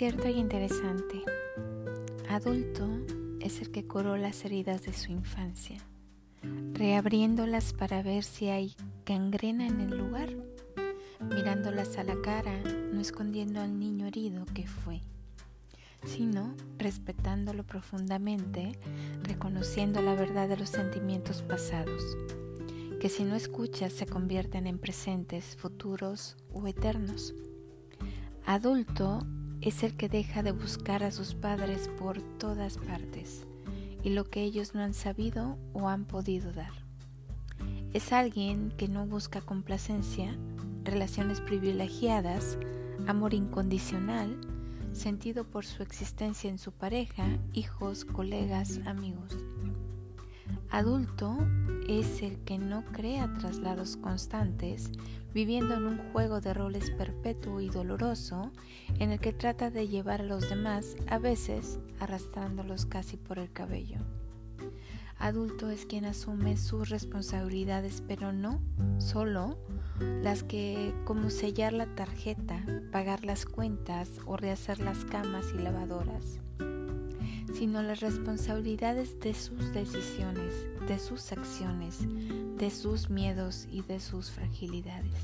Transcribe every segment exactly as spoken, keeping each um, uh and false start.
Cierto y interesante. Adulto es el que curó las heridas de su infancia, reabriéndolas para ver si hay gangrena en el lugar, mirándolas a la cara, no escondiendo al niño herido que fue, sino respetándolo profundamente, reconociendo la verdad de los sentimientos pasados, que si no escuchas se convierten en presentes, futuros o eternos. Adulto es el que deja de buscar a sus padres por todas partes y lo que ellos no han sabido o han podido dar. Es alguien que no busca complacencia, relaciones privilegiadas, amor incondicional, sentido por su existencia en su pareja, hijos, colegas, amigos. Adulto es el que no crea traslados constantes, viviendo en un juego de roles perpetuo y doloroso en el que trata de llevar a los demás, a veces arrastrándolos casi por el cabello. Adulto es quien asume sus responsabilidades, pero no solo las que, como sellar la tarjeta, pagar las cuentas o rehacer las camas y lavadoras, sino las responsabilidades de sus decisiones, de sus acciones, de sus miedos y de sus fragilidades.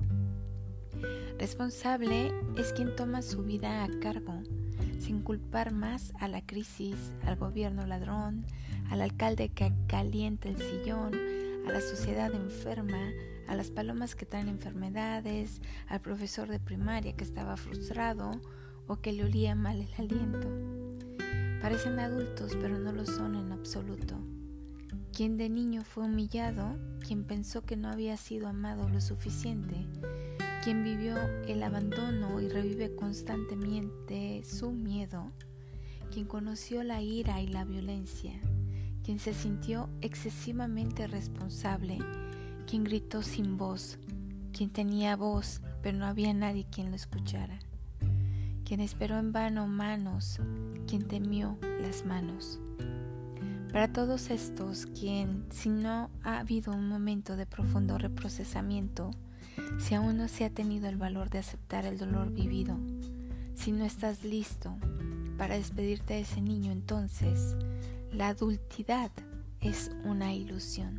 Responsable es quien toma su vida a cargo, sin culpar más a la crisis, al gobierno ladrón, al alcalde que calienta el sillón, a la sociedad enferma, a las palomas que traen enfermedades, al profesor de primaria que estaba frustrado o que le olía mal el aliento. Parecen adultos, pero no lo son en absoluto. Quien de niño fue humillado, quien pensó que no había sido amado lo suficiente, quien vivió el abandono y revive constantemente su miedo, quien conoció la ira y la violencia, quien se sintió excesivamente responsable, quien gritó sin voz, quien tenía voz, pero no había nadie quien lo escuchara, quien esperó en vano manos, quien temió las manos. Para todos estos, quien, si no ha habido un momento de profundo reprocesamiento, si aún no se ha tenido el valor de aceptar el dolor vivido, si no estás listo para despedirte de ese niño, entonces la adultidad es una ilusión.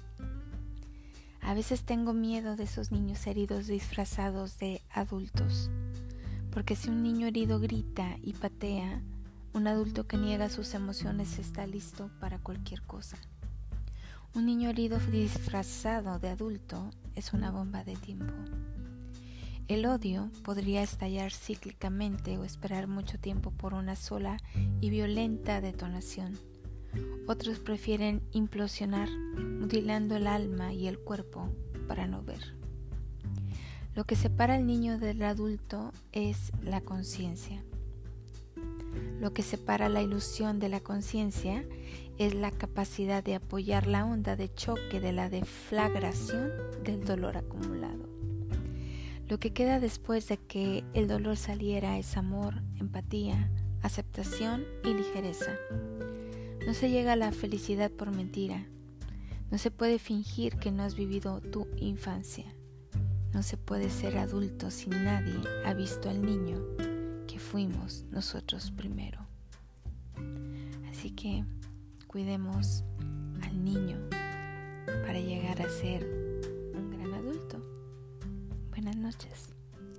A veces tengo miedo de esos niños heridos disfrazados de adultos, porque si un niño herido grita y patea, un adulto que niega sus emociones está listo para cualquier cosa. Un niño herido disfrazado de adulto es una bomba de tiempo. El odio podría estallar cíclicamente o esperar mucho tiempo por una sola y violenta detonación. Otros prefieren implosionar, mutilando el alma y el cuerpo para no ver. Lo que separa al niño del adulto es la conciencia. Lo que separa la ilusión de la conciencia es la capacidad de apoyar la onda de choque de la deflagración del dolor acumulado. Lo que queda después de que el dolor saliera es amor, empatía, aceptación y ligereza. No se llega a la felicidad por mentira. No se puede fingir que no has vivido tu infancia. No se puede ser adulto si nadie ha visto al niño que fuimos nosotros primero. Así que cuidemos al niño para llegar a ser un gran adulto. Buenas noches.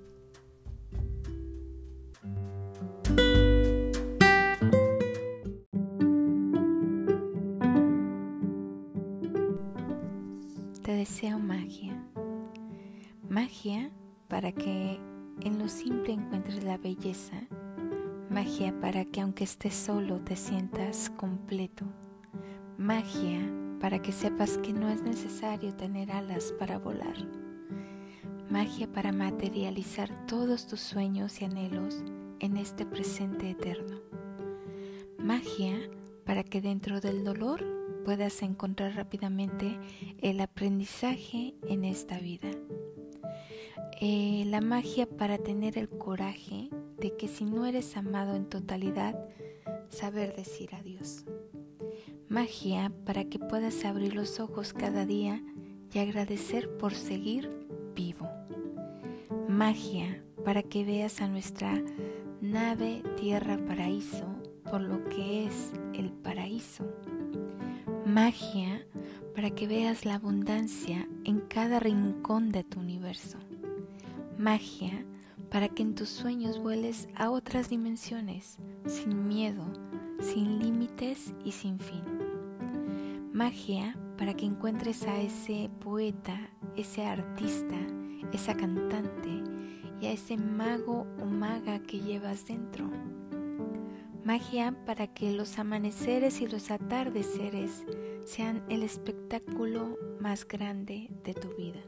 Te deseo magia. Magia para que en lo simple encuentres la belleza. Magia para que aunque estés solo te sientas completo. Magia para que sepas que no es necesario tener alas para volar. Magia para materializar todos tus sueños y anhelos en este presente eterno. Magia para que dentro del dolor puedas encontrar rápidamente el aprendizaje en esta vida. Eh, la magia para tener el coraje de que si no eres amado en totalidad, saber decir adiós. Magia para que puedas abrir los ojos cada día y agradecer por seguir vivo. Magia para que veas a nuestra nave, tierra, paraíso, por lo que es el paraíso. Magia para que veas la abundancia en cada rincón de tu universo. Magia para que en tus sueños vueles a otras dimensiones, sin miedo, sin límites y sin fin. Magia para que encuentres a ese poeta, ese artista, esa cantante y a ese mago o maga que llevas dentro. Magia para que los amaneceres y los atardeceres sean el espectáculo más grande de tu vida.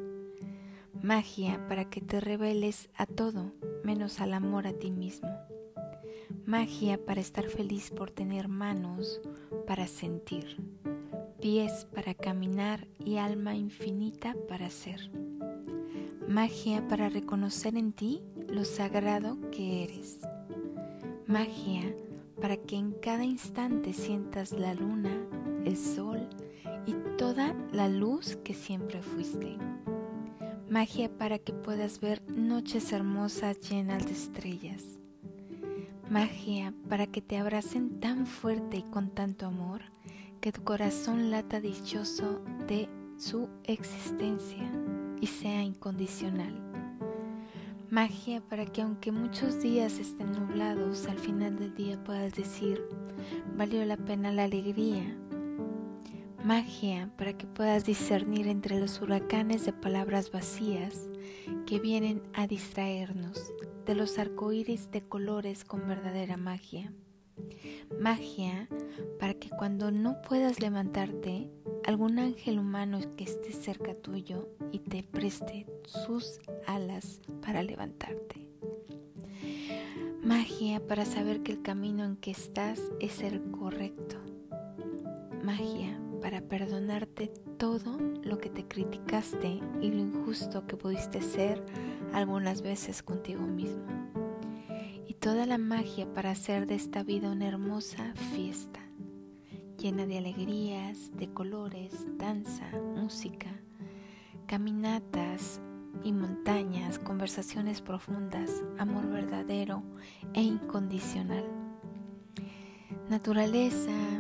Magia para que te reveles a todo menos al amor a ti mismo. Magia para estar feliz por tener manos para sentir, pies para caminar y alma infinita para ser. Magia para reconocer en ti lo sagrado que eres. Magia para que en cada instante sientas la luna, el sol y toda la luz que siempre fuiste. Magia para que puedas ver noches hermosas llenas de estrellas. Magia para que te abracen tan fuerte y con tanto amor que tu corazón lata dichoso de su existencia y sea incondicional. Magia para que aunque muchos días estén nublados, al final del día puedas decir, valió la pena la alegría. Magia para que puedas discernir entre los huracanes de palabras vacías que vienen a distraernos de los arcoíris de colores con verdadera magia. Magia para que cuando no puedas levantarte, algún ángel humano que esté cerca tuyo y te preste sus alas para levantarte. Magia para saber que el camino en que estás es el correcto. Magia para perdonarte todo lo que te criticaste y lo injusto que pudiste ser algunas veces contigo mismo. Y toda la magia para hacer de esta vida una hermosa fiesta, llena de alegrías, de colores, danza, música, caminatas y montañas, conversaciones profundas, amor verdadero e incondicional. Naturaleza,